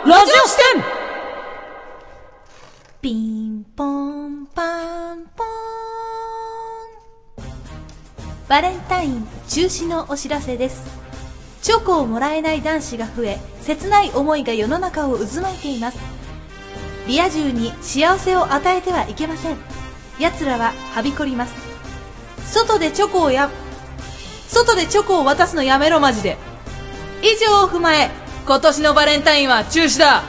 ラジオ視点。 ピンポンパンポーン。バレンタイン中止のお知らせです。チョコをもらえない男子が増え、切ない思いが世の中を渦巻いています。リア充に幸せを与えてはいけません。奴らははびこります。外でチョコを渡すのやめろマジで。以上を踏まえ、今年のバレンタインは中止だ。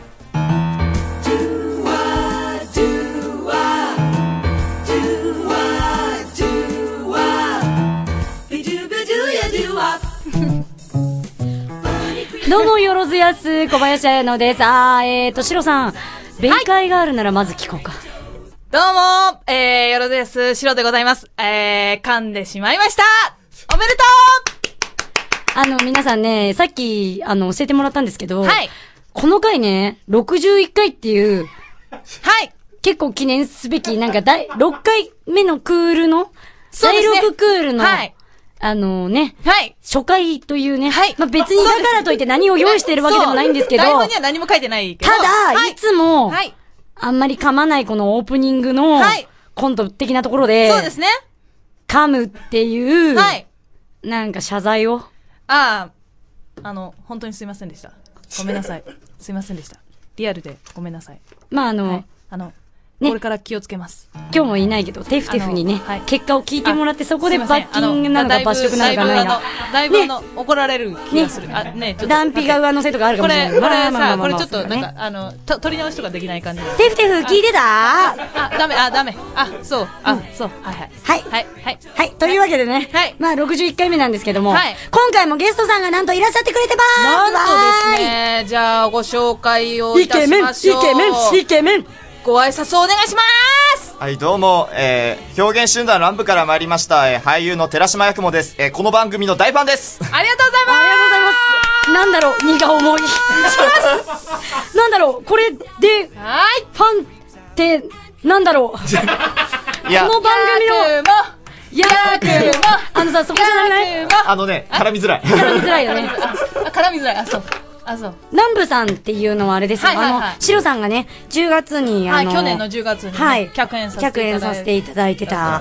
どうもよろずやす小林彩乃です。シロさん、弁解があるならまず聞こうか。 どうもよろずやすシロでございます。噛んでしまいました。おめでとう。皆さんね、さっき、教えてもらったんですけど、 はい。 この回ね、61回っていう、 はい。 結構記念すべき、6回目のクールの、第6クールの、 はい。 はい。初回というね。 はい。 別にだからといって何を用意してるわけでもないんですけど。 台本には何も書いてないけど。 ただ、はい、いつも、 はい。 あんまり噛まないこのオープニングの、はい。コント的なところで、 そうですね。 噛むっていう、 はい。 謝罪を。 本当にすいませんでした。ごめんなさい。すいませんでした。リアルでごめんなさい。これから気をつけます。 今日もいないけど、テフテフにね、結果を聞いてもらって、そこで罰金なのか罰則なのかないな。 だいぶ怒られる気がする。 断皮が上乗せとかあるかもしれない。 これちょっと取り直しとかできない感じ。 テフテフ聞いてた？ ダメ。そう。はい。 というわけでね、61回目なんですけども、今回もゲストさんがなんといらっしゃってくれてます。 なんとですね、じゃあご紹介をいたしましょう。 イケメンご挨拶をお願いします。 はい、どうも、表現集団乱舞から参りました、俳優の寺島八雲です。この番組の大ファンです。 ありがとうございます。 ありがとうございます。なんだろう、荷が重い。なんだろう、これで、ファンって、なんだろう。いや、この番組の、さ、そこじゃなくない？ 絡みづらい。 絡みづらいよね。 絡みづらい、そう。 南部さんっていうのはあれですよ。シロさんがね、10月に、 去年の10月に、客演させていただいてた。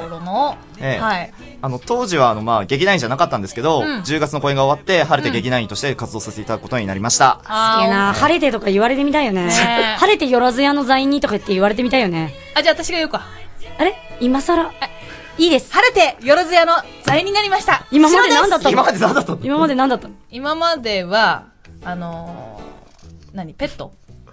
当時は、劇団員じゃなかったんですけど、10月の公演が終わって、晴れて劇団員として活動させていただくことになりました。 すげえな。晴れてとか言われてみたいよね。晴れてよらず屋の座員にとかって言われてみたいよね。 じゃあ私が言うか。 あれ今更。いいです。 晴れてよらず屋の座員になりました。 今まで何だったの？ 今までは、ペット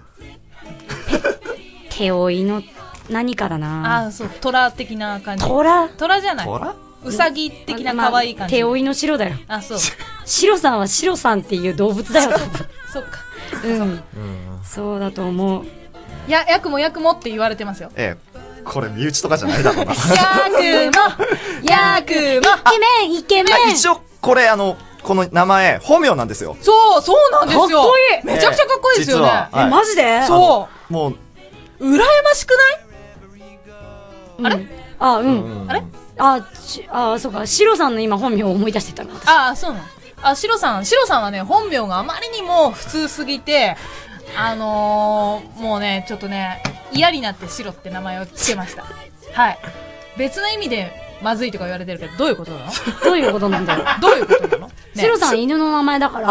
手負いの何かだな。 そう、虎的な感じ。 虎じゃない。うさぎ的な可愛い感じ。 手負いの白だよ。 そう。 白さんは白さんっていう動物だよ。 そっか。 そうだと思う。 ヤクモって言われてますよ。 これ身内とかじゃないだろうな。 ヤクモイケメン一応、これこの名前、本名なんですよ。 そうなんですよ。 かっこいい。 めちゃくちゃかっこいいですよね。 マジで？ そう。 もう、 羨ましくない？あれ？ そうか。シロさんの今本名を思い出してたの。 そうなの。シロさんはね、本名があまりにも普通すぎて、もうね、ちょっとね、嫌になってシロって名前をつけました。はい。別の意味で、まずいとか言われてるけど、どういうことなの？ どういうことなんだろう。 どういうことなの？ シロさん犬の名前だから？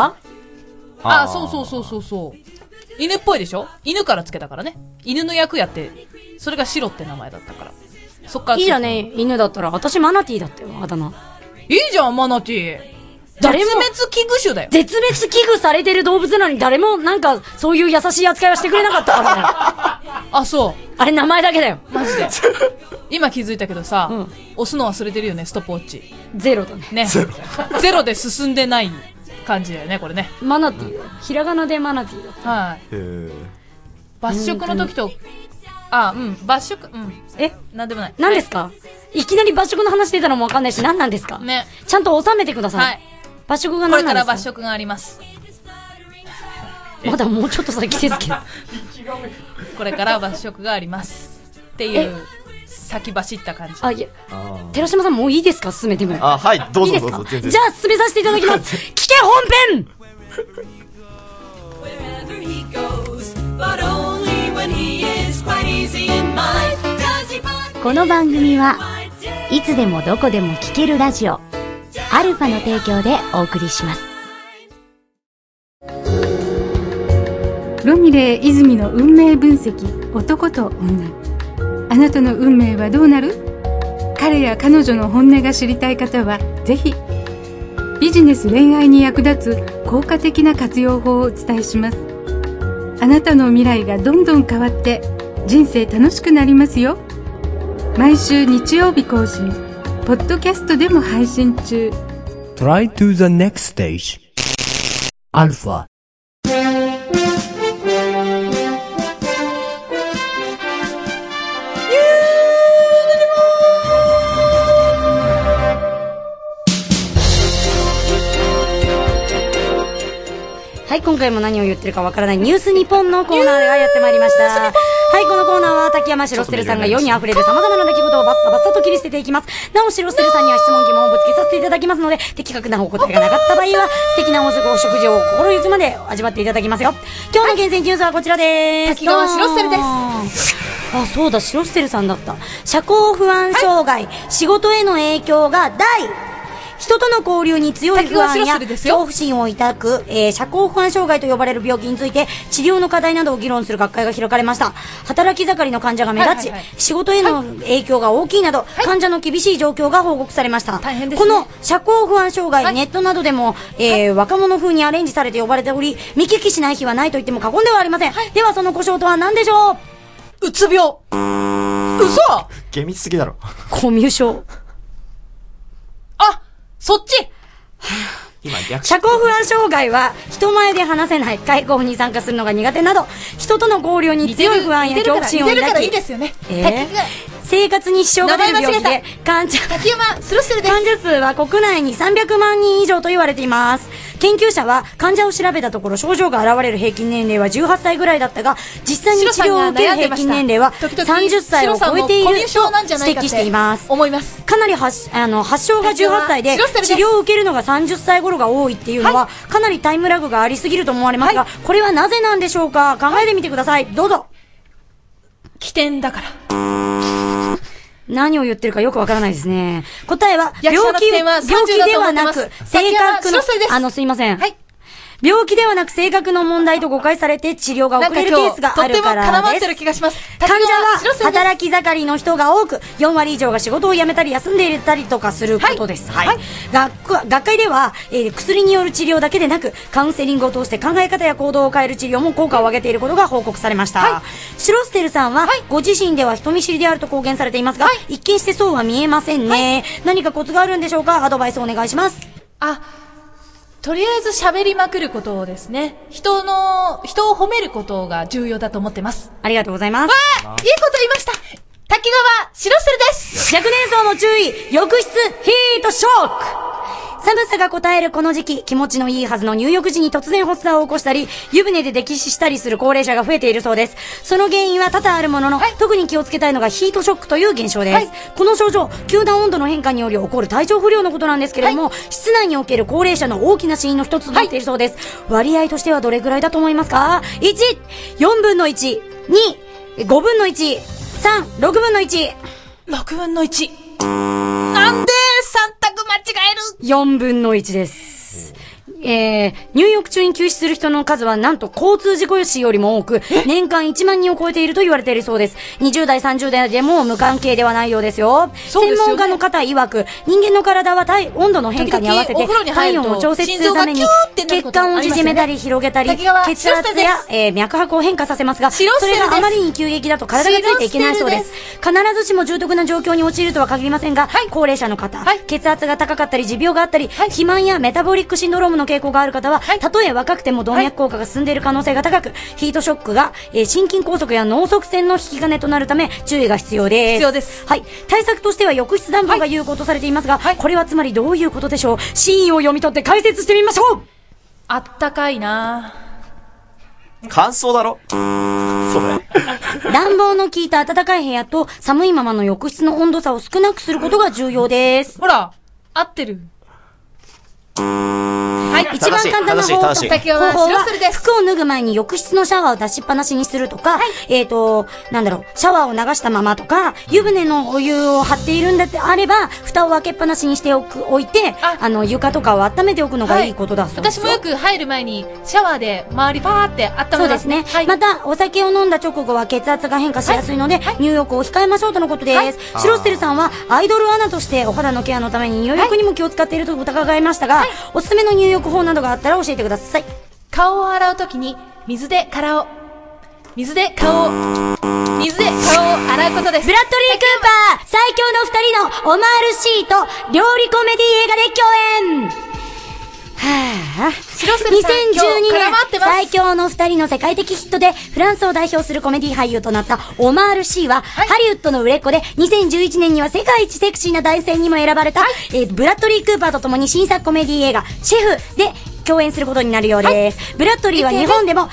そう。犬っぽいでしょ？犬からつけたからね。犬の役やって、それがシロって名前だったから。そっから。いいじゃね、犬だったら。私マナティーだったよ、あだ名。 いいじゃん、マナティー。絶滅危惧種だよ。 絶滅危惧されてる動物なのに誰もそういう優しい扱いはしてくれなかったからね。 そう。 あれ名前だけだよ。 マジで。今気づいたけどさ、押すの忘れてるよね、ストップウォッチ。 ゼロだね。 ゼロで進んでない感じだよね、これね。 マナティー。ひらがなでマナティーだった。 はい。抜食の時と、抜食、なんでもない。 何ですか？いきなり抜食の話出たのもわかんないし、何なんですか？ ね。 ちゃんと収めてください。はい。抜食が何なんですか？ これから抜食があります。 まだもうちょっと先ですけど。 これから抜食があります。っていう、先走った感じ。 寺島さんもういいですか？進めても。 はい、どうぞ。全然。 じゃあ進めさせていただきます。聞け本編この番組はいつでもどこでも聴けるラジオアルファの提供でお送りします。 ロミレー泉の運命分析、男と女。あなたの運命はどうなる？彼や彼女の本音が知りたい方はぜひ。ビジネス恋愛に役立つ効果的な活用法をお伝えします。あなたの未来がどんどん変わって人生楽しくなりますよ。毎週日曜日更新、ポッドキャストでも配信中。 Try to the next stage. Alpha。 はい、今回も何を言ってるかわからないニュースニポンのコーナーがやってまいりました。はい、このコーナーは滝山白ステルさんが世に溢れる様々な出来事をバッサバッサと切り捨てていきます。なお白ステルさんには質問疑問をぶつけさせていただきますので、的確なお答えがなかった場合は素敵なお食事を心ゆくまで味わっていただきますよ。今日の厳選ニュースはこちらです。 滝川白ステルです。 あ、そうだ、白ステルさんだった。社交不安障害、仕事への影響が大。人との交流に強い不安や恐怖心を抱く、社交不安障害と呼ばれる病気について治療の課題などを議論する学会が開かれました。働き盛りの患者が目立ち、仕事への影響が大きいなど、患者の厳しい状況が報告されました。 大変ですね。 この社交不安障害、ネットなどでも、若者風にアレンジされて呼ばれており、見聞きしない日はないと言っても過言ではありません。ではその故障とは何でしょう？ うつ病。嘘！ 厳密すぎだろ。 コミュ障。 あ、そっち。 今逆社交不安障害は人前で話せない、会合に参加するのが苦手など、人との交流に強い不安や恐怖心を抱き、 似てるからいいですよね。 生活に支障が出る病気で、 滝山スルスルです。 患者数は国内に300万人以上と言われています。研究者は患者を調べたところ症状が現れる平均年齢は18歳ぐらいだったが、実際に治療を受ける平均年齢は30歳を超えていると指摘しています。 思います。 かなり発症が18歳で治療を受けるのが30歳頃が多いっていうのは、かなりタイムラグがありすぎると思われますが、これはなぜなんでしょうか？考えてみてください。どうぞ。 起点だから。 何を言ってるかよくわからないですね。答えは、病気ではなく、性格の、すいません。はい。病気ではなく性格の問題と誤解されて治療が遅れるケースがあるからです。 とっても絡まってる気がします。 患者は働き盛りの人が多く、4割以上が仕事を辞めたり休んでいたりとかすることです。はい。はい、学会では、薬による治療だけでなく、カウンセリングを通して考え方や行動を変える治療も効果を上げていることが報告されました。はい、シュロステルさんは、ご自身では人見知りであると公言されていますが、一見してそうは見えませんね。何かコツがあるんでしょうか？アドバイスお願いします。 とりあえず喋りまくることをですね、人を褒めることが重要だと思ってます。 ありがとうございます。 いいこと言いました。滝川白ステルです。 若年層の注意、浴室ヒートショック。寒さが答えるこの時期、気持ちのいいはずの入浴時に突然発作を起こしたり、湯船で溺死したりする高齢者が増えているそうです。その原因は多々あるものの、特に気をつけたいのがヒートショックという現象です。この症状、急な温度の変化により起こる体調不良のことなんですけれども、室内における高齢者の大きな死因の一つとなっているそうです。割合としてはどれくらいだと思いますか？ 1、4分の1、2、5分の1、3、6分の1。 6分の1。なんで3択間違える？ 4分の1です。入浴中に急死する人の数はなんと交通事故死よりも多く、年間1万人を超えていると言われているそうです。20代、30代でも無関係ではないようですよ。専門家の方曰く、人間の体は温度の変化に合わせて体温を調節するために血管を縮めたり広げたり、血圧や、脈拍を変化させますが、それがあまりに急激だと体がついていけないそうです。必ずしも重篤な状況に陥るとは限りませんが、高齢者の方、血圧が高かったり持病があったり、肥満やメタボリックシンドロームの傾向がある方は、たとえ若くても動脈硬化が進んでいる可能性が高く、ヒートショックが、心筋梗塞や脳塞栓の引き金となるため注意が必要です。 必要です。 はい。対策としては浴室暖房が有効とされていますが、これはつまりどういうことでしょう？真意を読み取って解説してみましょう。 あったかいな感想だろそれ。暖房の効いた暖かい部屋と寒いままの浴室の温度差を少なくすることが重要です。 ほら、合ってる。ははい、一番簡単な方法は、 竹山白鶴です。 服を脱ぐ前に浴室のシャワーを出しっぱなしにするとか、なんだろう、シャワーを流したままとか、湯船のお湯を張っているんだってあれば、蓋を開けっぱなしにしておいて、床とかを温めておくのがいいことだそうですよ。 私もよく入る前に、シャワーで周りパーって温めますね。 そうですね。また、お酒を飲んだ直後は血圧が変化しやすいので、入浴を控えましょうとのことです。シロステルさんは、アイドルアナとしてお肌のケアのために入浴にも気を使っていると伺いましたが、おすすめの入浴法などがあったら教えてください。 顔を洗うときに、水で顔を洗うことです。 ブラッドリー・クーパー、最強の二人のオマールシート、料理コメディ映画で共演。2012年最強の二人の世界的ヒットでフランスを代表するコメディ俳優となったオマール・シーは、ハリウッドの売れっ子で2011年には世界一セクシーな男性にも選ばれた、ブラッドリー・クーパーと共に新作コメディ映画シェフで共演することになるようです。ブラッドリーは日本でも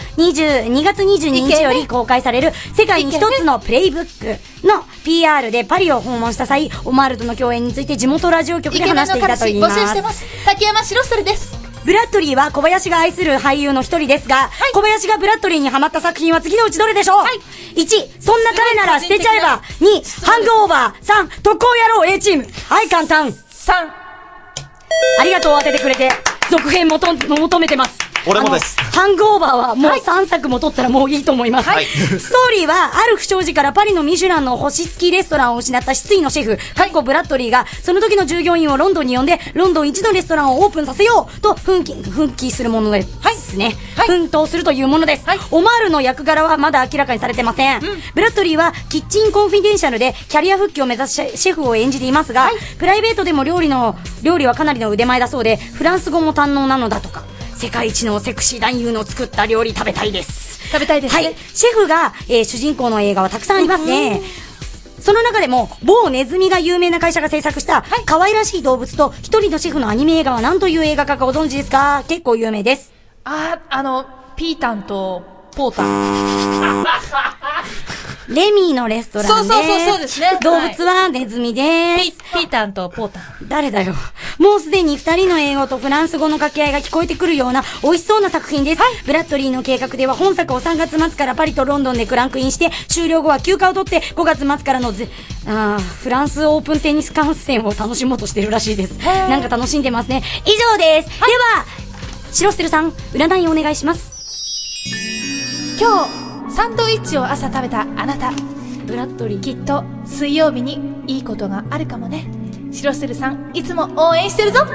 2月22日より公開される世界に一つのプレイブックの PR でパリを訪問した際、オマールとの共演について地元ラジオ局で話していたといいます。 募集してます。竹山白鶴です。 ブラッドリーは小林が愛する俳優の一人ですが、小林がブラッドリーにハマった作品は次のうちどれでしょう？ 1、そんな彼なら捨てちゃえば。2、ハングオーバー。3、特攻野郎 A チーム。はい、簡単。3。ありがとう、当ててくれて。続編求めてます。 俺もです。 ハングオーバーはもう3作も撮ったらもういいと思います。はい、ストーリーは、ある不祥事からパリのミシュランの星付きレストランを失った失意のシェフ、ブラッドリーが、その時の従業員をロンドンに呼んで、ロンドン一のレストランをオープンさせようと奮起するものですね。奮闘するというものです。オマールの役柄はまだ明らかにされてません。ブラッドリーは、キッチンコンフィデンシャルでキャリア復帰を目指すシェフを演じていますが、プライベートでも料理はかなりの腕前だそうで、フランス語も堪能なのだとか、世界一のセクシー男優の作った料理食べたいです。 食べたいですね。 はい。シェフが、主人公の映画はたくさんありますね。その中でも、某ネズミが有名な会社が制作した、可愛らしい動物と一人のシェフのアニメ映画は何という映画かご存知ですか？結構有名です。 ピータンとポータン。 レミーのレストランです。 そうですね。 動物はネズミです。 ピータンとポータン。 誰だよ。もうすでに二人の英語とフランス語の掛け合いが聞こえてくるような美味しそうな作品です。ブラッドリーの計画では本作を3月末からパリとロンドンでクランクインして、終了後は休暇を取って5月末からのフランスオープンテニス観戦を楽しもうとしてるらしいです。なんか楽しんでますね。以上です。では、シロステルさん、占いお願いします。 今日、サンドイッチを朝食べたあなた。 ブラッドリー。 きっと、水曜日にいいことがあるかもね。シロステルさん、いつも応援してるぞ。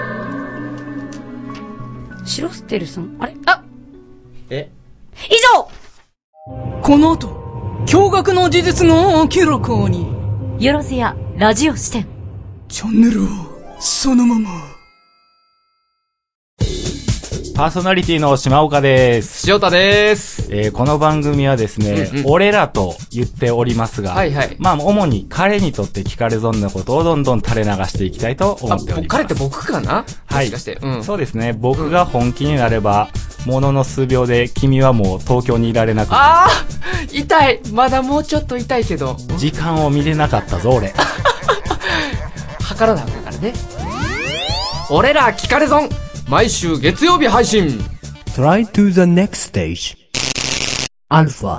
シロステルさん、あれ？以上！ この後、驚愕の事実が明らかに。 よろずやラジオ視点。 チャンネルをそのまま。 パーソナリティの島岡です。 塩田です。 この番組はですね、俺らと言っておりますが、まあ主に彼にとって聞かれ損なことをどんどん垂れ流していきたいと思っております。 彼って僕かな？ はい。 もしかして。 そうですね。僕が本気になれば、ものの数秒で君はもう東京にいられなくなる。 あー！痛い！まだもうちょっと痛いけど。 時間を見れなかったぞ、俺。 測らなあかんからね。俺ら聞かれ損！毎週月曜日配信。 Try to the next stage. Alpha.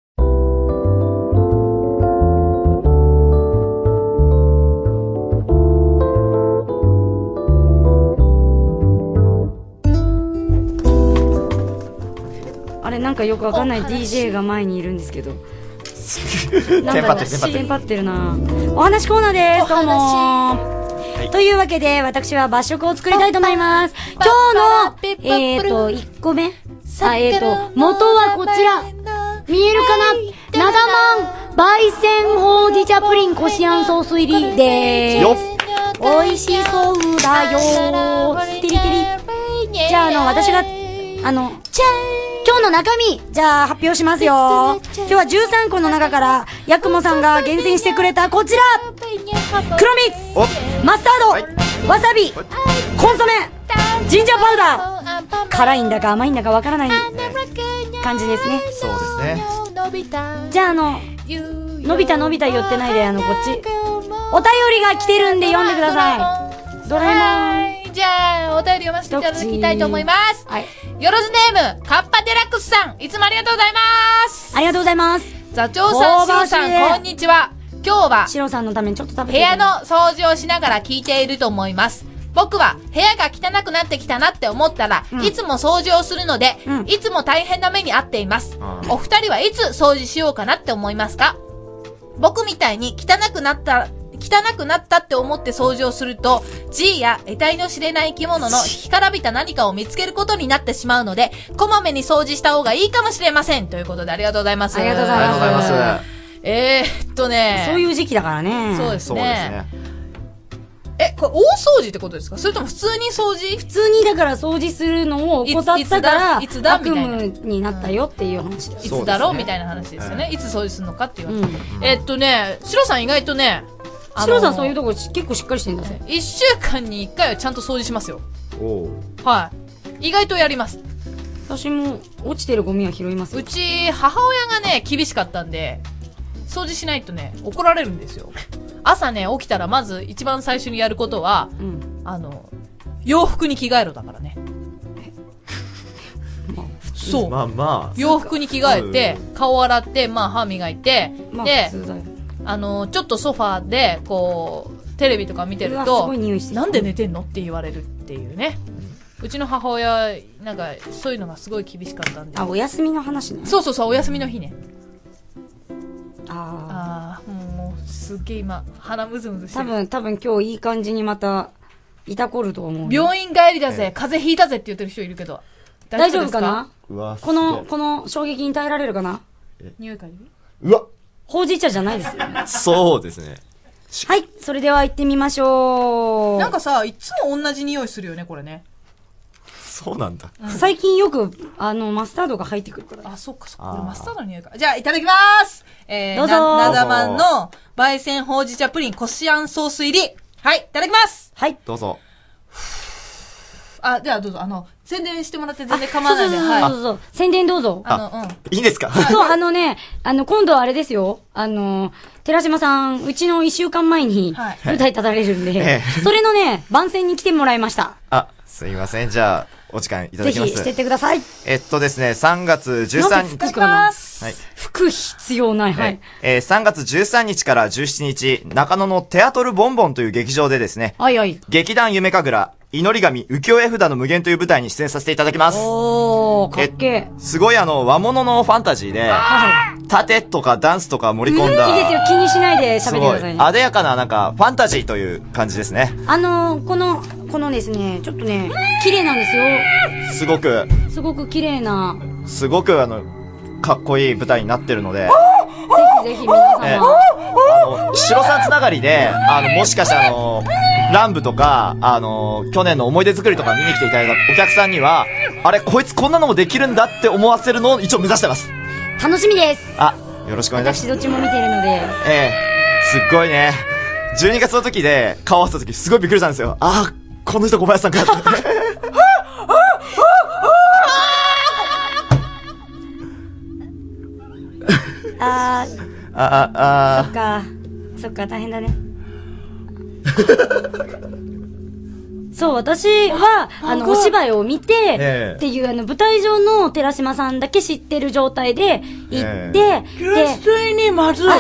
あれなんかよくわかんない DJ が前にいるんですけどテンパってるな。お話コーナーです。どうもというわけで、私は晩食を作りたいと思います。今日の、1個目元はこちら。見えるかな？なだまん、焙煎ほうじ茶プリンこしあんソース入りでーす。美味しそうだよー。てりてり。じゃあ、私が、今日の中身、じゃあ発表しますよ。今日は13個の中から、ヤクモさんが厳選してくれたこちら黒蜜、マスタード、わさび、コンソメ、ジンジャーパウダー。辛いんだか甘いんだかわからない感じですね。 そうですね。 じゃあのび太言ってないで、こっち。お便りが来てるんで読んでください。ドラえもん。 じゃあ、お便り読ませていただきたいと思います。はい。よろずネーム、カッパデラックスさん、いつもありがとうございます。 ありがとうございます。 座長さん、シロさん、こんにちは。今日は、 シロさんのためにちょっと食べて部屋の掃除をしながら聞いていると思います。僕は部屋が汚くなってきたなって思ったら、いつも掃除をするので、いつも大変な目に遭っています。お二人はいつ掃除しようかなって思いますか？僕みたいに汚くなったって思って掃除をすると、G や得体の知れない生き物の干からびた何かを見つけることになってしまうので、こまめに掃除した方がいいかもしれません。ということでありがとうございます。 ありがとうございます。 そういう時期だからね。 そうですね。これ大掃除ってことですか？それとも普通に掃除？ 普通にだから掃除するのを怠ったから悪夢になったよっていう話です。 いつだろうみたいな話ですよね。いつ掃除するのかっていう話。シロさん意外とね、 シロさんそういうとこ結構しっかりしてるんだぜ。 1週間に1回はちゃんと掃除しますよ。はい。意外とやります。 私も落ちてるゴミは拾います。 うち母親がね厳しかったんで、掃除しないとね怒られるんですよ。朝ね起きたらまず一番最初にやることは、洋服に着替えろだからね。そう。洋服に着替えて、顔洗って、歯磨いて、で、ちょっとソファーで、こう、テレビとか見てると、なんで寝てんのって言われるっていうね。うちの母親、なんか、そういうのがすごい厳しかったんで。 お休みの話ね。 そう、お休みの日ね。もう、すっげえ今、鼻ムズムズしてる。 多分今日いい感じにまた、いたこると思う。 病院帰りだぜ、風邪ひいたぜって言ってる人いるけど。 大丈夫かな？この衝撃に耐えられるかな？ 匂い嗅いで。 うわ！ ほうじ茶じゃないですよね。 そうですね。 はい、それでは行ってみましょう。 なんかさ、いつも同じ匂いするよね、これね。 そうなんだ。 最近よく、マスタードが入ってくるから。 そっか。これマスタードの匂いか。じゃあ、いただきまーす。 どうぞなだまんの、焙煎ほうじ茶プリン、こしあんソース入り。はい、いただきます。 はい。 どうぞ。 ではどうぞ、宣伝してもらって全然構わないで。 そう。宣伝どうぞ。 いいんですか？ そう、今度あれですよ。寺島さん、うちの1週間前に舞台立たれるんで、それのね、番宣に来てもらいました。 すいません。じゃあ、お時間いただきます。 ぜひしてってください。 ですね、3月13日。 服かな？服必要ない。はい。 3月13日から17日、中野のテアトルボンボンという劇場でですね、劇団夢神楽、祈り神、浮世絵札の無限という舞台に出演させていただきます。 かっけー。すごい和物のファンタジーで、盾とかダンスとか盛り込んだ。 いいですよ、気にしないで喋ってくださいね。 あでやかな、ファンタジーという感じですね。 このですね、ちょっとね、綺麗なんですよ。すごく綺麗な。 すごくかっこいい舞台になってるので。 ぜひ皆様。 白さんつながりで、もしかして乱舞とか、去年の思い出作りとか見に来ていただいたお客さんには、あれ、こいつこんなのもできるんだって思わせるのを一応目指してます。 楽しみです。 よろしくお願いします。 私どっちも見てるので。 すっごいね。12月の時で顔合わせた時すごいびっくりしたんですよ。この人小林さんかって。 そっか、大変だね。そう、私は、お芝居を見て、っていう、舞台上の寺島さんだけ知ってる状態で行って、で、 にまずい。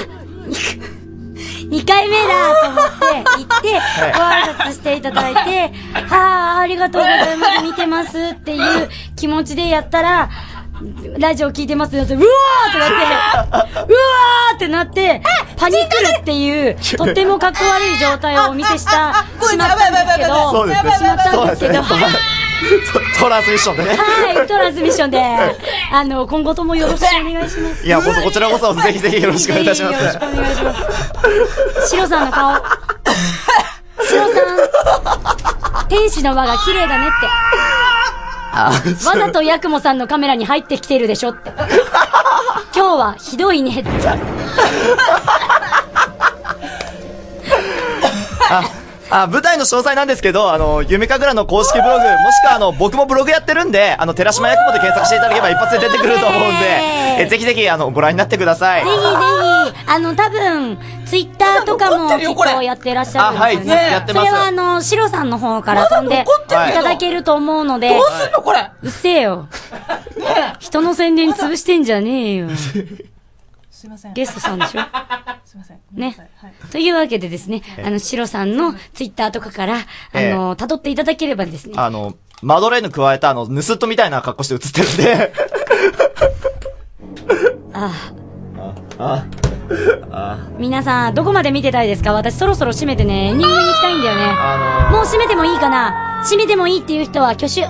2回目だと思って行って、ご挨拶していただいて、ありがとうございます、見てますっていう気持ちでやったら、ラジオ聞いてますってなって、うわーってなって、パニクるっていう、とってもかっこ悪い状態をお見せしたしまったんですけど、 トランスミッションでね。 はい、トランスミッションで、今後ともよろしくお願いします。 いや、ほんとこちらこそぜひぜひよろしくお願いします。 よろしくお願いします。シロさんの顔。シロさん、天使の輪が綺麗だねって。わざとヤクモさんのカメラに入ってきてるでしょって。今日はひどいねって。 舞台の詳細なんですけど、夢神楽の公式ブログ、もしくは僕もブログやってるんで、寺島ヤクモで検索していただければ一発で出てくると思うんで、ぜひぜひご覧になってください。 ぜひぜひ、多分、 ツイッターとかもきっとやってらっしゃるんですよね。 はい、やってます。 それはシロさんの方から飛んでいただけると思うので。 どうすんのこれ。 うっせえよ。人の宣伝潰してんじゃねえよ。 すいません。 ゲストさんでしょ。 すいません。 ね。というわけでですね、シロさんのツイッターとかから、辿っていただければですね。 マドレーヌ加えたヌスットみたいな格好して写ってるんで。 皆さん、どこまで見てたいですか？私そろそろ締めてね、エンディングに行きたいんだよね。もう締めてもいいかな？締めてもいいっていう人は挙手。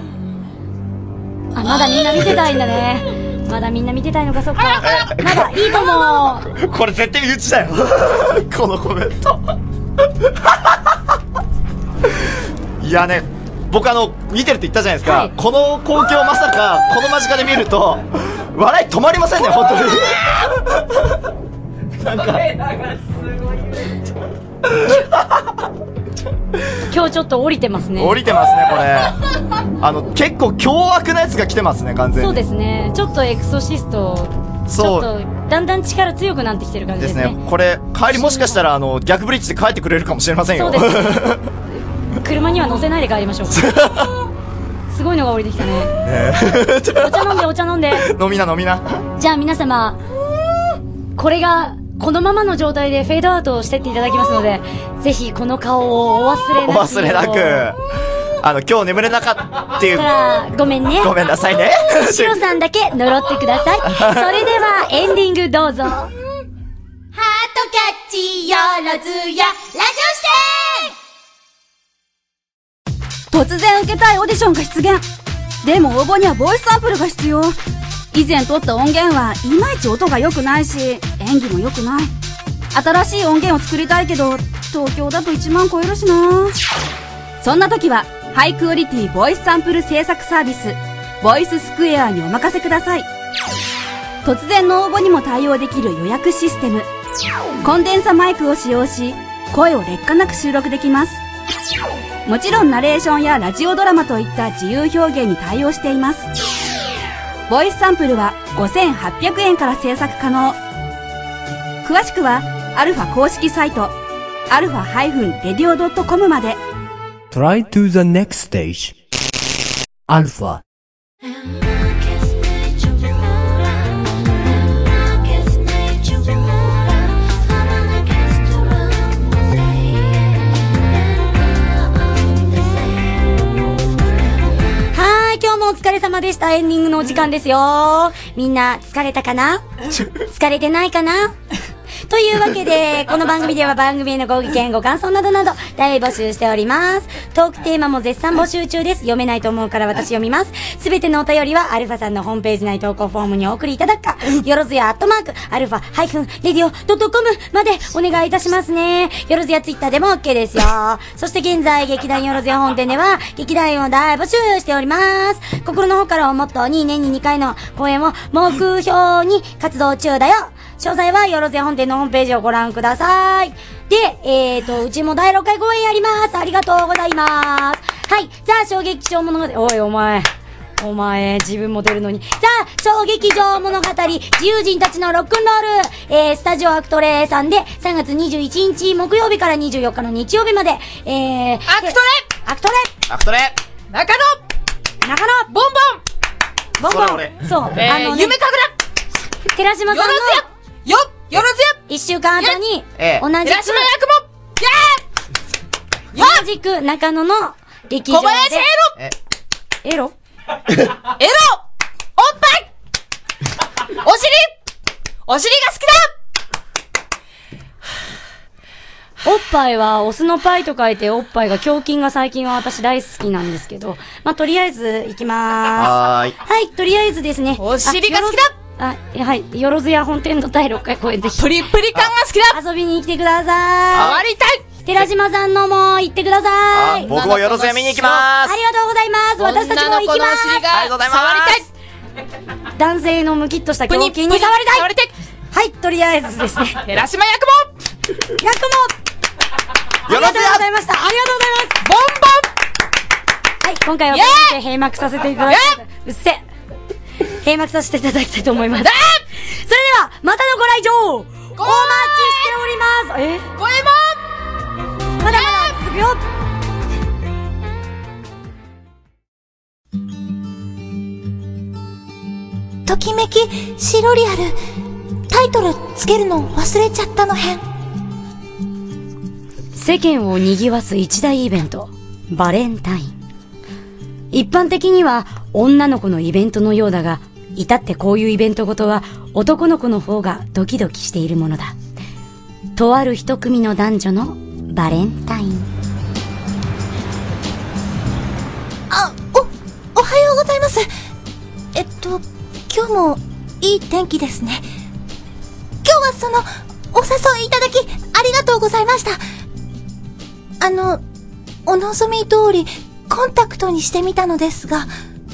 まだみんな見てたいんだね。まだみんな見てたいのか、そっか。まだいいと思う。 これ絶対身内だよ。このコメント。いやね、僕見てるって言ったじゃないですか。はい、この光景をまさか、この間近で見ると、笑い止まりませんね、本当に。なんか。 今日ちょっと降りてますね。 降りてますね、これ。結構凶悪なやつが来てますね、完全に。 そうですね。ちょっとエクソシスト、ちょっと、だんだん力強くなってきてる感じですね。 ですね。これ、帰りもしかしたら、逆ブリッジで帰ってくれるかもしれませんよ。 そうですね。車には乗せないで帰りましょう。すごいのが降りてきたね。お茶飲んで、お茶飲んで。 飲みな、飲みな。 じゃあ皆様、これが、このままの状態でフェードアウトをしてっていただきますので、ぜひこの顔をお忘れなく。 お忘れなく。今日眠れなかったっていう。 ごめんね。 ごめんなさいね。 シロさんだけ呪ってください。それではエンディングどうぞ。ハートキャッチよろずやラジオして突然受けたいオーディションが出現。でも応募にはボイスサンプルが必要。以前撮った音源はいまいち音が良くないし、演技も良くない。新しい音源を作りたいけど、東京だと1万超えるしな。そんな時は、ハイクオリティボイスサンプル制作サービス、ボイススクエアにお任せください。突然の応募にも対応できる予約システム。コンデンサマイクを使用し、声を劣化なく収録できます。もちろんナレーションやラジオドラマといった自由表現に対応しています。ボイスサンプルは5800円から制作可能。詳しくはアルファ公式サイトalpha-radio.com まで。 Try to the next stage. Alpha。 お疲れ様でした。エンディングのお時間ですよ。みんな疲れたかな？疲れてないかな？というわけで、この番組では番組へのご意見、ご感想などなど大募集しております。トークテーマも絶賛募集中です。読めないと思うから私読みます。すべてのお便りはアルファさんのホームページ内投稿フォームにお送りいただくか、よろずや@alpha-radio.com までお願いいたしますね。よろずやツイッターでも OK ですよ。そして現在、劇団よろずや本店では、劇団員を大募集しております。心の方からをモットーに年に2回の公演を目標に活動中だよ。詳細はよろずや本店のホームページをご覧ください。で、うちも第6回公演やります。ありがとうございます。はい。ザ・小劇場物語。おい、お前、自分も出るのに。ザ・小劇場物語、自由人たちのロックンロール、スタジオアクトレさんで、3月21日木曜日から24日の日曜日まで、アクトレ中野ボンボンそう、 夢かぐら寺島さんのよろずや 1週間後に、同じく、 寺島役も、同じく中野の劇場で、 小林エロおっぱいお尻が好きだおっぱいは、オスのパイと書いて、おっぱいが、胸筋が最近は私大好きなんですけど、とりあえず、行きまーす。はい、とりあえずですね。 お尻が好きだはい、よろずや本店の第6回公演ぜひ。 プリプリ感が好きだ遊びに来てください。 触りたい寺島さんのも行ってください。 僕もよろずや見に行きまーす。 ありがとうございます。私たちも行きます。 ありがとうございます。 触りたい男性のムキッとした胸筋に触りたい。はい、とりあえずですね。 寺島役もありがとうございました。ありがとうございます。 ボンボンはい、今回はこれで閉幕させていただきます。うっせ。閉幕させていただきたいと思います。それでは、またのご来場お待ちしております。 ごえもんまだまだ続くよ。 ときめきシロリアル、タイトルつけるの忘れちゃったの編。 世間を賑わす一大イベント、バレンタイン。一般的には女の子のイベントのようだが、至ってこういうイベントごとは男の子の方がドキドキしているものだ。とある一組の男女のバレンタイン。 おはようございます。今日もいい天気ですね。今日はお誘いいただきありがとうございました。お望み通りコンタクトにしてみたのですが、かわい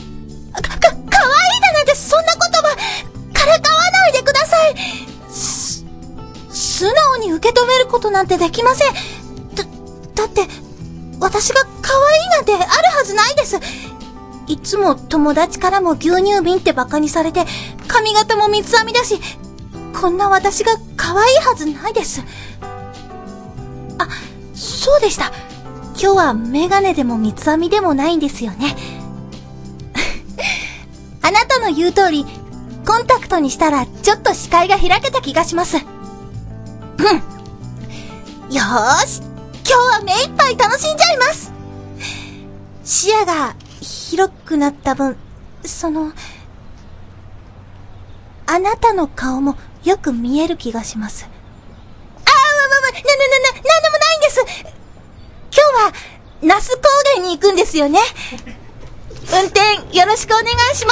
いだなんてそんな言葉からかわないでください。素直に受け止めることなんてできません。だって私が可愛いなんてあるはずないです。いつも友達からも牛乳瓶ってバカにされて、髪型も三つ編みだし、こんな私が可愛いはずないです。あ、そうでした。今日はメガネでも三つ編みでもないんですよね。あなたの言う通り、コンタクトにしたらちょっと視界が開けた気がします。よーし、今日は目いっぱい楽しんじゃいます。視野が広くなった分、あなたの顔もよく見える気がします。なんでもないんです。今日は那須高原に行くんですよね。運転よろしくお願いします。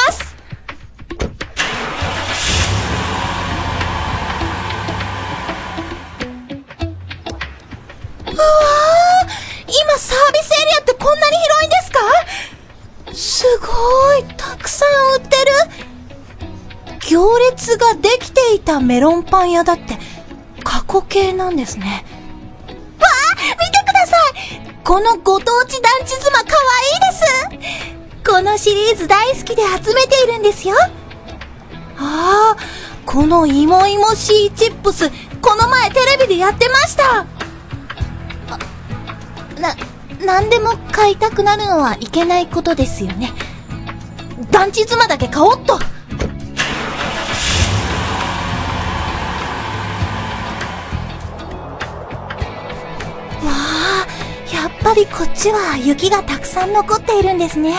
うわー、今サービスエリアってこんなに広いんですか？すごい、たくさん売ってる。行列ができていたメロンパン屋だって過去形なんですね。わあ、見てください。このご当地団地妻かわいいです。このシリーズ大好きで集めているんですよ。ああ、このいもいもしいチップス、この前テレビでやってました。なんでも買いたくなるのはいけないことですよね。団地妻だけ買おっと。わあ、やっぱりこっちは雪がたくさん残っているんですね。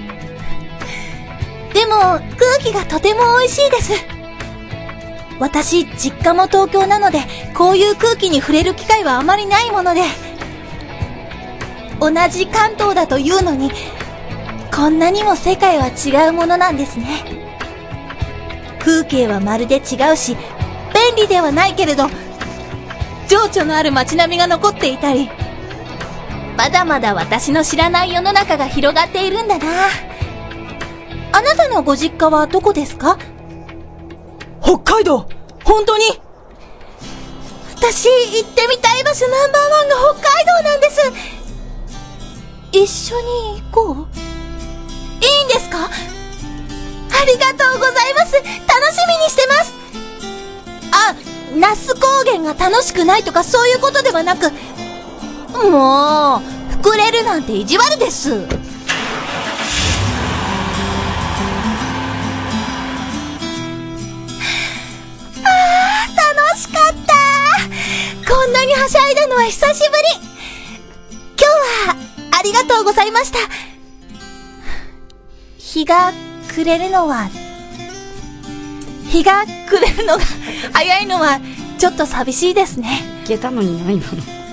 でも空気がとても美味しいです。私、実家も東京なので、こういう空気に触れる機会はあまりないもので、同じ関東だというのに、こんなにも世界は違うものなんですね。風景はまるで違うし、便利ではないけれど、情緒のある街並みが残っていたり、まだまだ私の知らない世の中が広がっているんだな。あなたのご実家はどこですか？ 北海道！本当に？ 私、行ってみたい場所ナンバーワンが北海道なんです。一緒に行こう？いいんですか？ありがとうございます。楽しみにしてます。那須高原が楽しくないとかそういうことではなく、もう、膨れるなんて意地悪です。楽しかった。こんなにはしゃいだのは久しぶり。今日はありがとうございました。日が暮れるのが早いのはちょっと寂しいですね。 いけたのにないの。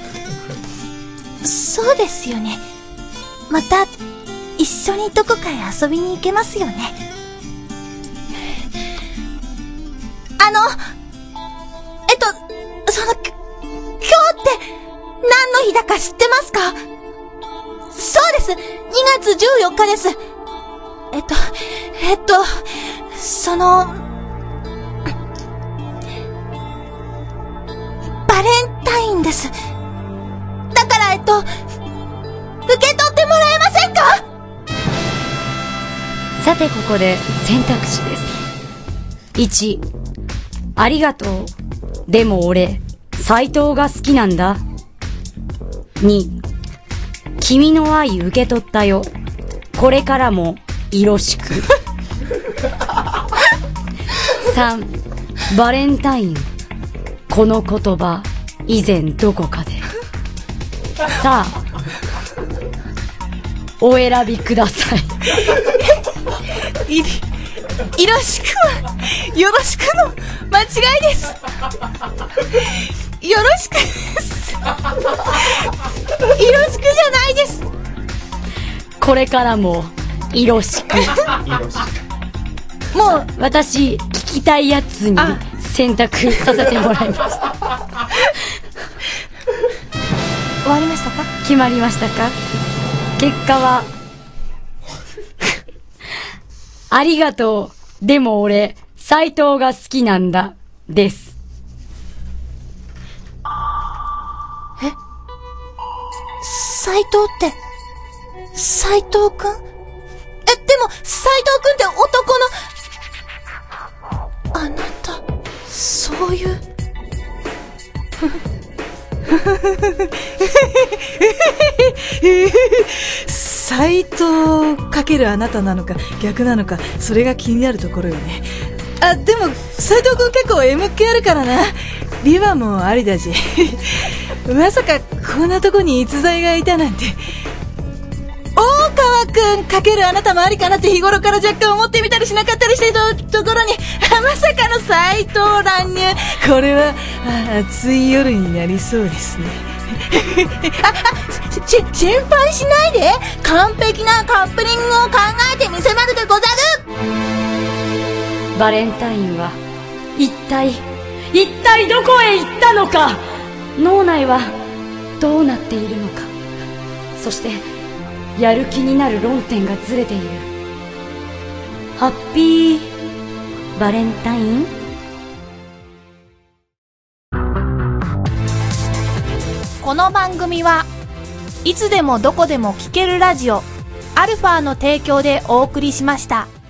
そうですよね。また一緒にどこかへ遊びに行けますよね。今日って何の日だか知ってますか？そうです。2月14日です。バレンタインです。だから、受け取ってもらえませんか？ さてここで選択肢です。1、ありがとう。でも俺、 斎藤が好きなんだ。2、君の愛受け取ったよ。これからもよろしく。3、バレンタイン。この言葉、以前どこかで。さあ、お選びください。 よろしくは、よろしくの間違いです。よろしくです。よろしくじゃないです。 これからもよろしく。もう私聞きたいやつに選択させてもらいました。 終わりましたか？ 決まりましたか？結果はありがとう。でも俺斎藤が好きなんだです。 斎藤って斎藤くん？でも斎藤くんって男のあなたそういう斎藤×あなたなのか逆なのか、それが気になるところよね。でも斎藤くん結構 M 気あるからな。ビバもありだし。まさかこんなとこに逸材がいたなんて。大川くん×あなたもありかなって日頃から若干思ってみたりしなかったりしているところに、まさかの斎藤乱入。これは暑い夜になりそうですね。心配しないで。完璧なカップリングを考えてみせまるでござる。 バレンタインは一体どこへ行ったのか。脳内はどうなっているのか。そしてやる気になる論点がずれている。ハッピーバレンタイン。 この番組はいつでもどこでも聴けるラジオアルファの提供でお送りしました。